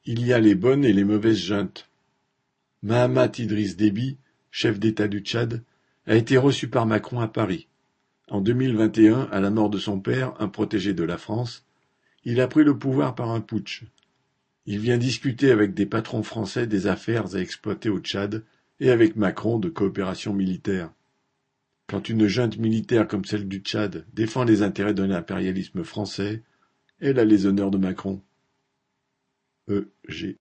Il y a les bonnes et les mauvaises juntes. Mahamat Idriss Déby, chef d'État du Tchad, a été reçu par Macron à Paris. En 2021, à la mort de son père, un protégé de la France, il a pris le pouvoir par un putsch. Il vient discuter avec des patrons français des affaires à exploiter au Tchad et avec Macron de coopération militaire. Quand une junte militaire comme celle du Tchad défend les intérêts de l'impérialisme français, elle a les honneurs de Macron. E.G.